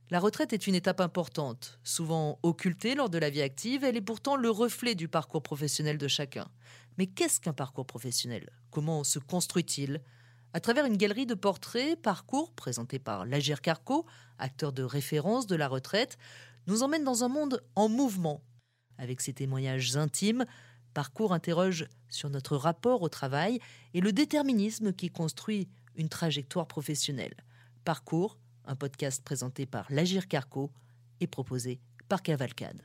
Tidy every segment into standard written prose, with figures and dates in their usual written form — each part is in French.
La retraite est une étape importante, souvent occultée lors de la vie active, elle est pourtant le reflet du parcours professionnel de chacun. Mais qu'est-ce qu'un parcours professionnel ? Comment se construit-il ? À travers une galerie de portraits, parcours présentés par Lagier Carco, acteur de référence de la retraite, nous emmène dans un monde en mouvement. Avec ses témoignages intimes, Parcours interroge sur notre rapport au travail et le déterminisme qui construit une trajectoire professionnelle. Parcours, un podcast présenté par Lagier Carco et proposé par Cavalcade.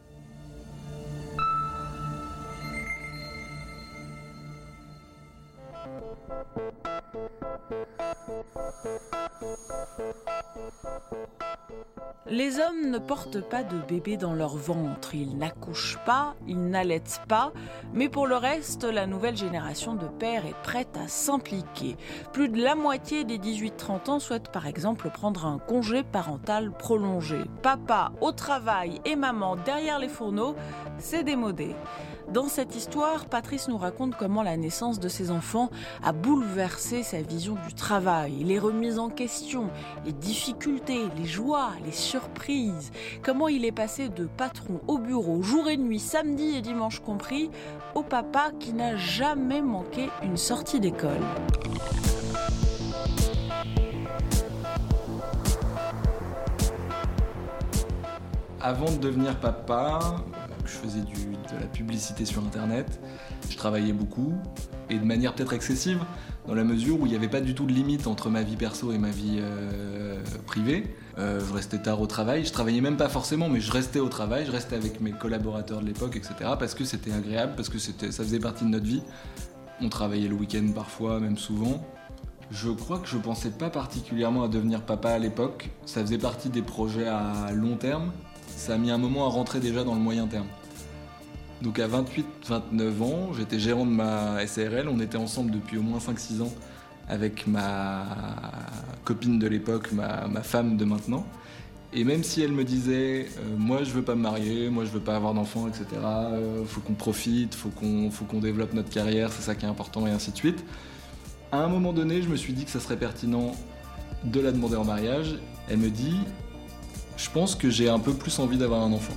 Les hommes ne portent pas de bébé dans leur ventre, ils n'accouchent pas, ils n'allaitent pas, mais pour le reste, la nouvelle génération de pères est prête à s'impliquer. Plus de la moitié des 18-30 ans souhaitent par exemple prendre un congé parental prolongé. Papa au travail et maman derrière les fourneaux, c'est démodé. Dans cette histoire, Patrice nous raconte comment la naissance de ses enfants a bouleversé sa vision du travail, les remises en question, les difficultés, les joies, les surprises. Comment il est passé de patron au bureau, jour et nuit, samedi et dimanche compris, au papa qui n'a jamais manqué une sortie d'école. Avant de devenir papa, je faisais de la publicité sur internet, je travaillais beaucoup et de manière peut-être excessive dans la mesure où il n'y avait pas du tout de limite entre ma vie perso et ma vie privée. Je restais tard au travail, je travaillais même pas forcément mais je restais au travail, je restais avec mes collaborateurs de l'époque, etc. parce que c'était agréable, parce que ça faisait partie de notre vie. On travaillait le week-end parfois, même souvent. Je crois que je pensais pas particulièrement à devenir papa à l'époque, ça faisait partie des projets à long terme. Ça a mis un moment à rentrer déjà dans le moyen terme. Donc à 28-29 ans, j'étais gérant de ma SARL, on était ensemble depuis au moins 5-6 ans avec ma copine de l'époque, ma femme de maintenant. Et même si elle me disait moi je veux pas me marier, moi je veux pas avoir d'enfants, etc. Faut qu'on profite, faut qu'on développe notre carrière, c'est ça qui est important et ainsi de suite. À un moment donné, je me suis dit que ça serait pertinent de la demander en mariage. Elle me dit je pense que j'ai un peu plus envie d'avoir un enfant.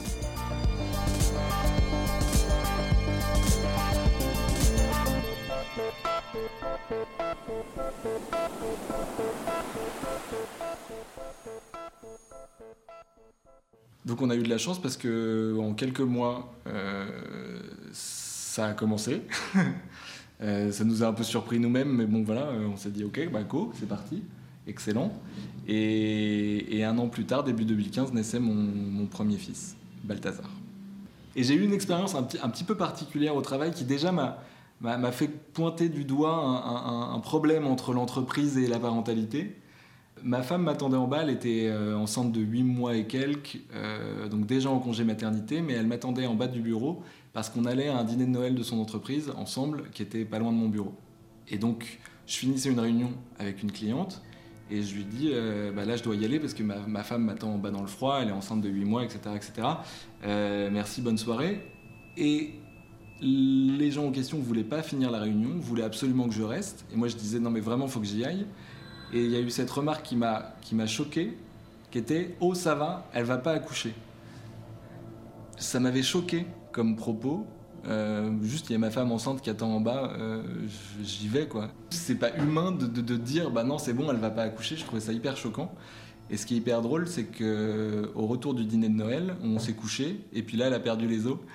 Donc on a eu de la chance parce que en quelques mois, ça a commencé. Ça nous a un peu surpris nous-mêmes, mais bon voilà, on s'est dit ok, go, c'est parti. Excellent. Et un an plus tard, début 2015, naissait mon premier fils, Balthazar. Et j'ai eu une expérience un petit peu particulière au travail qui déjà m'a fait pointer du doigt un problème entre l'entreprise et la parentalité. Ma femme m'attendait en bas, elle était enceinte de 8 mois et quelques, donc déjà en congé maternité, mais elle m'attendait en bas du bureau parce qu'on allait à un dîner de Noël de son entreprise ensemble qui était pas loin de mon bureau. Et donc je finissais une réunion avec une cliente et je lui dis là je dois y aller parce que ma femme m'attend en bas dans le froid, elle est enceinte de 8 mois, etc. Merci, bonne soirée. Et les gens en question ne voulaient pas finir la réunion, voulaient absolument que je reste. Et moi je disais non mais vraiment il faut que j'y aille. Et il y a eu cette remarque qui m'a choqué, qui était « Oh ça va, elle va pas accoucher ». Ça m'avait choqué comme propos. Juste il y a ma femme enceinte qui attend en bas, j'y vais quoi. C'est pas humain de dire bah non c'est bon elle va pas accoucher, je trouvais ça hyper choquant. Et ce qui est hyper drôle c'est qu'au retour du dîner de Noël, on s'est couché et puis là elle a perdu les os.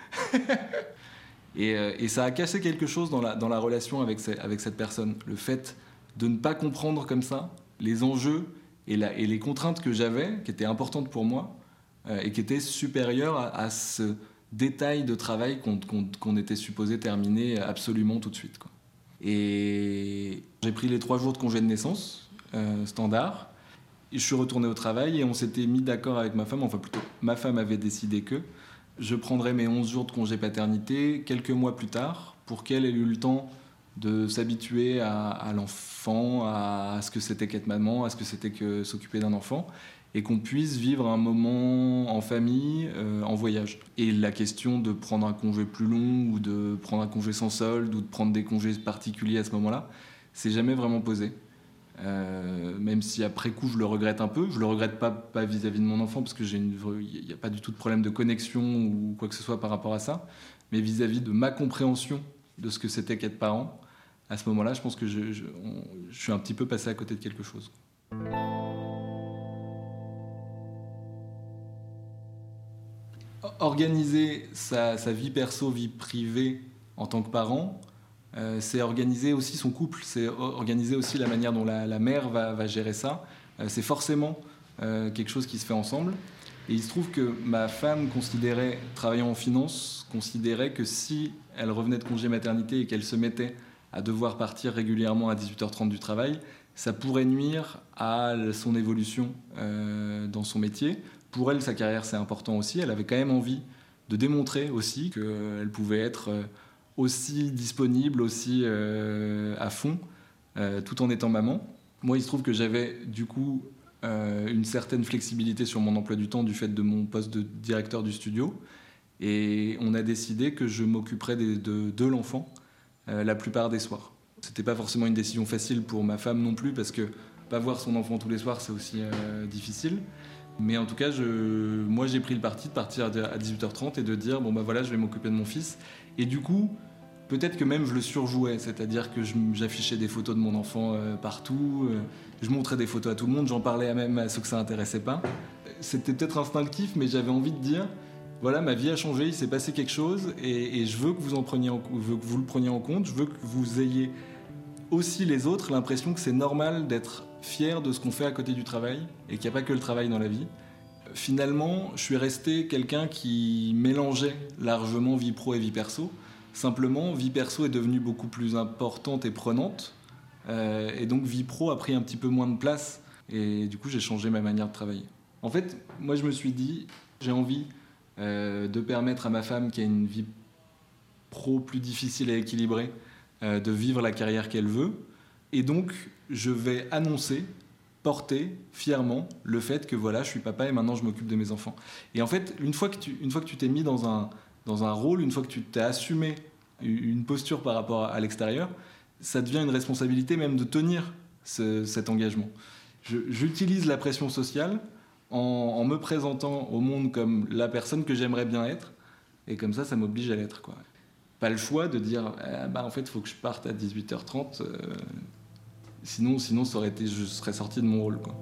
et ça a cassé quelque chose dans la relation avec cette personne. Le fait de ne pas comprendre comme ça les enjeux et les contraintes que j'avais, qui étaient importantes pour moi, et qui étaient supérieures à ce détail de travail qu'on était supposé terminer absolument tout de suite, quoi. Et j'ai pris les 3 jours de congé de naissance, standard, et je suis retourné au travail et on s'était mis d'accord avec ma femme, enfin plutôt, ma femme avait décidé que je prendrais mes 11 jours de congé paternité quelques mois plus tard, pour qu'elle ait eu le temps de s'habituer à l'enfant, à ce que c'était qu'être maman, à ce que c'était que s'occuper d'un enfant, et qu'on puisse vivre un moment en famille, en voyage. Et la question de prendre un congé plus long, ou de prendre un congé sans solde, ou de prendre des congés particuliers à ce moment-là, s'est jamais vraiment posée. Même si après coup je le regrette un peu. Je le regrette pas vis-à-vis de mon enfant parce que il n'y a pas du tout de problème de connexion ou quoi que ce soit par rapport à ça, mais vis-à-vis de ma compréhension de ce que c'était qu'être parent. À ce moment-là, je pense que je suis un petit peu passé à côté de quelque chose. Organiser sa vie perso, vie privée en tant que parent, c'est organiser aussi son couple, c'est organiser aussi la manière dont la mère va gérer ça. C'est forcément quelque chose qui se fait ensemble. Et il se trouve que ma femme travaillant en finance, considérait que si elle revenait de congé maternité et qu'elle se mettait à devoir partir régulièrement à 18h30 du travail, ça pourrait nuire à son évolution dans son métier. Pour elle, sa carrière, c'est important aussi. Elle avait quand même envie de démontrer aussi qu'elle pouvait être aussi disponible, aussi à fond, tout en étant maman. Moi, il se trouve que j'avais du coup une certaine flexibilité sur mon emploi du temps du fait de mon poste de directeur du studio. Et on a décidé que je m'occuperais de l'enfant la plupart des soirs. C'était pas forcément une décision facile pour ma femme non plus, parce que pas voir son enfant tous les soirs, c'est aussi difficile. Mais en tout cas, moi j'ai pris le parti de partir à 18h30 et de dire bon bah voilà, je vais m'occuper de mon fils. Et du coup, peut-être que même je le surjouais, c'est-à-dire que j'affichais des photos de mon enfant partout, je montrais des photos à tout le monde, j'en parlais même à ceux que ça intéressait pas. C'était peut-être instinctif, mais j'avais envie de dire voilà, ma vie a changé, il s'est passé quelque chose et je veux que vous le preniez en compte, je veux que vous ayez aussi les autres l'impression que c'est normal d'être fier de ce qu'on fait à côté du travail et qu'il n'y a pas que le travail dans la vie. Finalement, je suis resté quelqu'un qui mélangeait largement vie pro et vie perso. Simplement, vie perso est devenue beaucoup plus importante et prenante et donc vie pro a pris un petit peu moins de place et du coup j'ai changé ma manière de travailler. En fait, moi je me suis dit, j'ai envie de permettre à ma femme qui a une vie pro plus difficile à équilibrer de vivre la carrière qu'elle veut. Et donc, je vais porter fièrement le fait que voilà, je suis papa et maintenant je m'occupe de mes enfants. Et en fait, une fois que tu t'es mis dans un rôle, une fois que tu t'es assumé une posture par rapport à l'extérieur, ça devient une responsabilité même de tenir cet engagement. J'utilise la pression sociale en me présentant au monde comme la personne que j'aimerais bien être, et comme ça m'oblige à l'être, quoi. Pas le choix de dire en fait il faut que je parte à 18h30 sinon je serais sorti de mon rôle, quoi.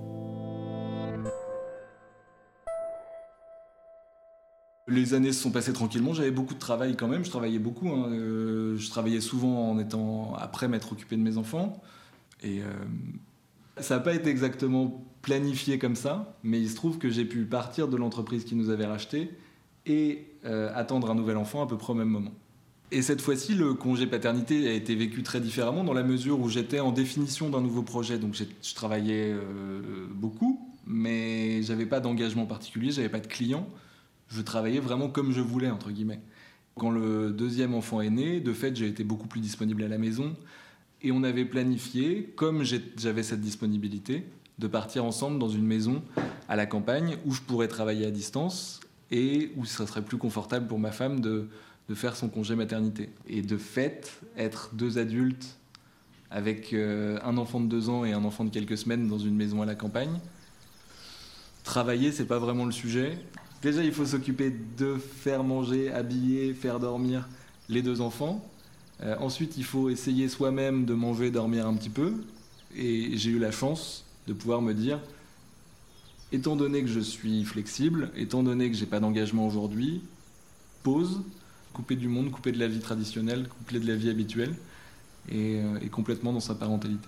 Les années se sont passées tranquillement, j'avais beaucoup de travail quand même, je travaillais beaucoup, hein. Je travaillais souvent après m'être occupé de mes enfants et ça n'a pas été exactement planifié comme ça, mais il se trouve que j'ai pu partir de l'entreprise qui nous avait racheté et attendre un nouvel enfant à peu près au même moment. Et cette fois-ci, le congé paternité a été vécu très différemment dans la mesure où j'étais en définition d'un nouveau projet. Donc je travaillais beaucoup, mais j'avais pas d'engagement particulier, j'avais pas de clients. Je travaillais vraiment comme je voulais, entre guillemets. Quand le deuxième enfant est né, de fait, j'ai été beaucoup plus disponible à la maison. Et on avait planifié, comme j'avais cette disponibilité, de partir ensemble dans une maison à la campagne où je pourrais travailler à distance et où ça serait plus confortable pour ma femme de faire son congé maternité. Et de fait, être deux adultes avec un enfant de 2 ans et un enfant de quelques semaines dans une maison à la campagne, travailler, c'est pas vraiment le sujet. Déjà, il faut s'occuper de faire manger, habiller, faire dormir les 2 enfants. Ensuite, il faut essayer soi-même de manger, dormir un petit peu. Et j'ai eu la chance de pouvoir me dire, étant donné que je suis flexible, étant donné que j'ai pas d'engagement aujourd'hui, pause, couper du monde, couper de la vie traditionnelle, couper de la vie habituelle et complètement dans sa parentalité.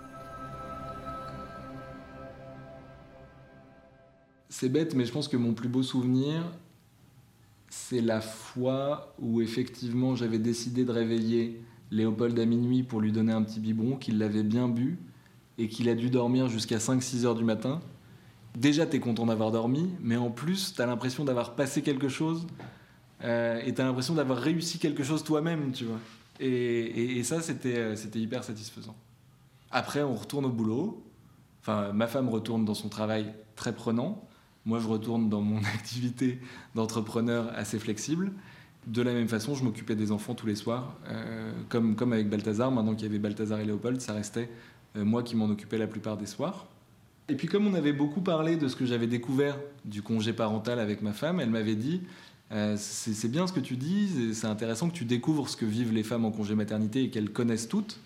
C'est bête, mais je pense que mon plus beau souvenir, c'est la fois où effectivement j'avais décidé de réveiller Léopold à minuit pour lui donner un petit biberon, qu'il l'avait bien bu et qu'il a dû dormir jusqu'à 5-6 heures du matin. Déjà, t'es content d'avoir dormi, mais en plus, t'as l'impression d'avoir passé quelque chose et t'as l'impression d'avoir réussi quelque chose toi-même, tu vois. Et ça, c'était hyper satisfaisant. Après, on retourne au boulot. Enfin, ma femme retourne dans son travail très prenant. Moi, je retourne dans mon activité d'entrepreneur assez flexible. De la même façon, je m'occupais des enfants tous les soirs. Comme avec Balthazar, maintenant qu'il y avait Balthazar et Léopold, ça restait moi qui m'en occupais la plupart des soirs. Et puis comme on avait beaucoup parlé de ce que j'avais découvert du congé parental avec ma femme, elle m'avait dit c'est bien ce que tu dis, c'est intéressant que tu découvres ce que vivent les femmes en congé maternité et qu'elles connaissent toutes,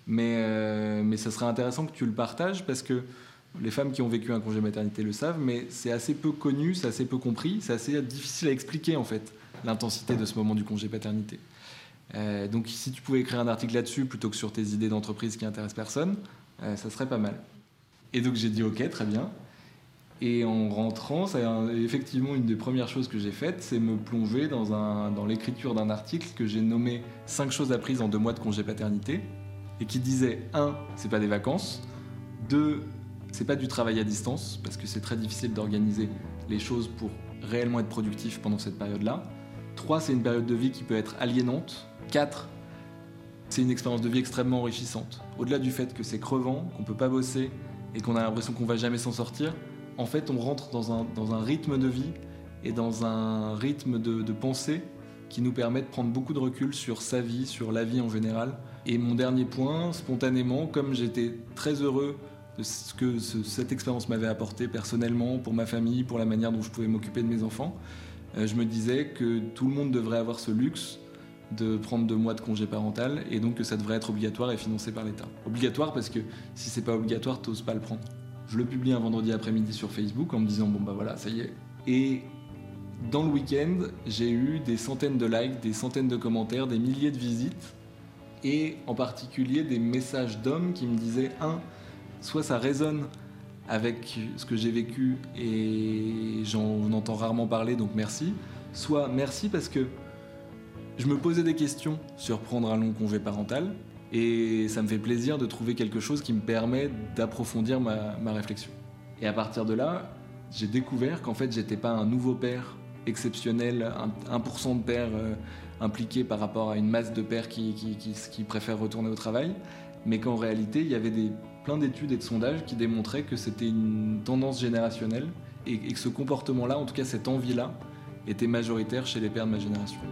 mais ça serait intéressant que tu le partages parce que les femmes qui ont vécu un congé maternité le savent, mais c'est assez peu connu, c'est assez peu compris, c'est assez difficile à expliquer en fait, l'intensité de ce moment du congé paternité. Donc si tu pouvais écrire un article là-dessus plutôt que sur tes idées d'entreprise qui intéressent personne, ça serait pas mal. Et donc j'ai dit ok, très bien. Et en rentrant, effectivement une des premières choses que j'ai faites, c'est me plonger dans l'écriture d'un article que j'ai nommé 5 choses apprises en 2 mois de congé paternité, et qui disait 1, c'est pas des vacances, 2, c'est pas du travail à distance, parce que c'est très difficile d'organiser les choses pour réellement être productif pendant cette période-là, 3, c'est une période de vie qui peut être aliénante, 4, c'est une expérience de vie extrêmement enrichissante. Au-delà du fait que c'est crevant, qu'on peut pas bosser et qu'on a l'impression qu'on va jamais s'en sortir, en fait, on rentre dans un rythme de vie et dans un rythme de pensée qui nous permet de prendre beaucoup de recul sur sa vie, sur la vie en général. Et mon dernier point, spontanément, comme j'étais très heureux de ce que cette expérience m'avait apporté personnellement, pour ma famille, pour la manière dont je pouvais m'occuper de mes enfants, je me disais que tout le monde devrait avoir ce luxe de prendre 2 mois de congé parental et donc que ça devrait être obligatoire et financé par l'État. Obligatoire parce que si c'est pas obligatoire, t'oses pas le prendre. Je le publie un vendredi après-midi sur Facebook en me disant bon bah voilà, ça y est. Et dans le week-end, j'ai eu des centaines de likes, des centaines de commentaires, des milliers de visites et en particulier des messages d'hommes qui me disaient soit ça résonne avec ce que j'ai vécu et j'en entends rarement parler donc merci, soit merci parce que je me posais des questions sur prendre un long congé parental et ça me fait plaisir de trouver quelque chose qui me permet d'approfondir ma réflexion. Et à partir de là, j'ai découvert qu'en fait, j'étais pas un nouveau père exceptionnel, 1% de pères impliqués par rapport à une masse de pères qui préfèrent retourner au travail, mais qu'en réalité, il y avait plein d'études et de sondages qui démontraient que c'était une tendance générationnelle et que ce comportement-là, en tout cas cette envie-là, était majoritaire chez les pères de ma génération.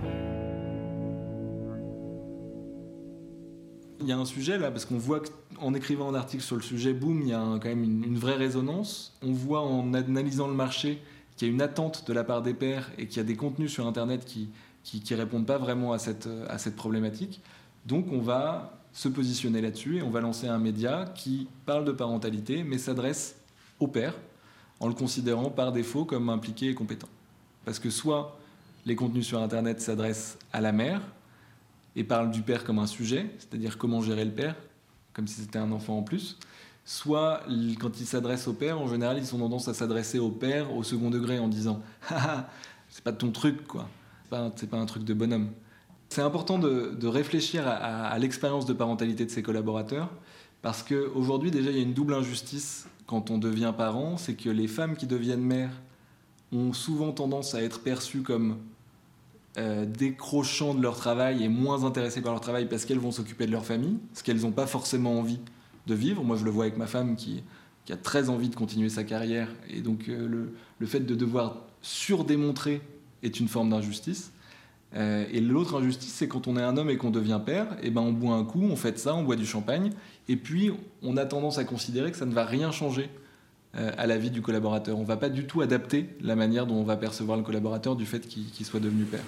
Il y a un sujet là, parce qu'on voit qu'en écrivant un article sur le sujet, boum, il y a quand même une vraie résonance. On voit en analysant le marché qu'il y a une attente de la part des pères et qu'il y a des contenus sur Internet qui répondent pas vraiment à cette problématique. Donc on va se positionner là-dessus et on va lancer un média qui parle de parentalité mais s'adresse au père en le considérant par défaut comme impliqué et compétent. Parce que soit les contenus sur Internet s'adressent à la mère et parlent du père comme un sujet, c'est-à-dire comment gérer le père, comme si c'était un enfant en plus, soit quand ils s'adressent au père, en général, ils ont tendance à s'adresser au père au second degré en disant « Ah, c'est pas ton truc, quoi. C'est pas un truc de bonhomme ». C'est important de réfléchir à l'expérience de parentalité de ses collaborateurs, parce qu'aujourd'hui, déjà, il y a une double injustice quand on devient parent, c'est que les femmes qui deviennent mères ont souvent tendance à être perçues comme décrochant de leur travail et moins intéressées par leur travail parce qu'elles vont s'occuper de leur famille, ce qu'elles n'ont pas forcément envie de vivre. Moi, je le vois avec ma femme qui a très envie de continuer sa carrière. Et donc, le fait de devoir surdémontrer est une forme d'injustice. Et l'autre injustice, c'est quand on est un homme et qu'on devient père, et ben on boit un coup, on fête ça, on boit du champagne, et puis on a tendance à considérer que ça ne va rien changer à la vie du collaborateur. On ne va pas du tout adapter la manière dont on va percevoir le collaborateur du fait qu'il soit devenu père.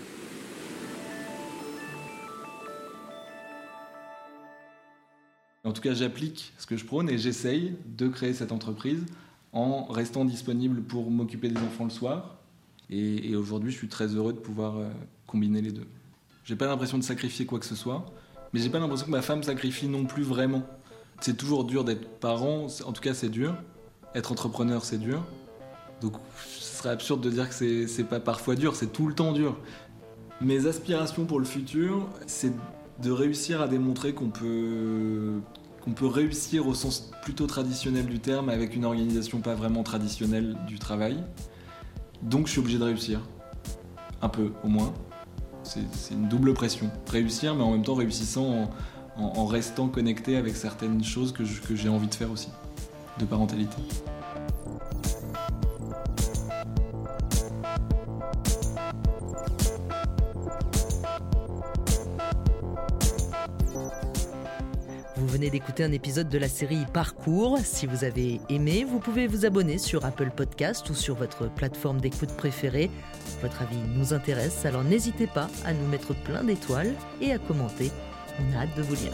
En tout cas, j'applique ce que je prône et j'essaye de créer cette entreprise en restant disponible pour m'occuper des enfants le soir. Et aujourd'hui, je suis très heureux de pouvoir combiner les deux. J'ai pas l'impression de sacrifier quoi que ce soit, mais j'ai pas l'impression que ma femme sacrifie non plus vraiment. C'est toujours dur d'être parent, en tout cas c'est dur. Être entrepreneur, c'est dur. Donc ce serait absurde de dire que c'est pas parfois dur, c'est tout le temps dur. Mes aspirations pour le futur, c'est de réussir à démontrer qu'on peut réussir au sens plutôt traditionnel du terme avec une organisation pas vraiment traditionnelle du travail. Donc je suis obligé de réussir. Un peu, au moins. C'est une double pression. Réussir, mais en même temps réussissant en restant connecté avec certaines choses que j'ai envie de faire aussi, de parentalité. Vous venez venez d'écouter un épisode de la série Parcours. Si vous avez aimé, vous pouvez vous abonner sur Apple Podcast ou sur votre plateforme d'écoute préférée. Votre avis nous intéresse, alors n'hésitez pas à nous mettre plein d'étoiles et à commenter. On a hâte de vous lire.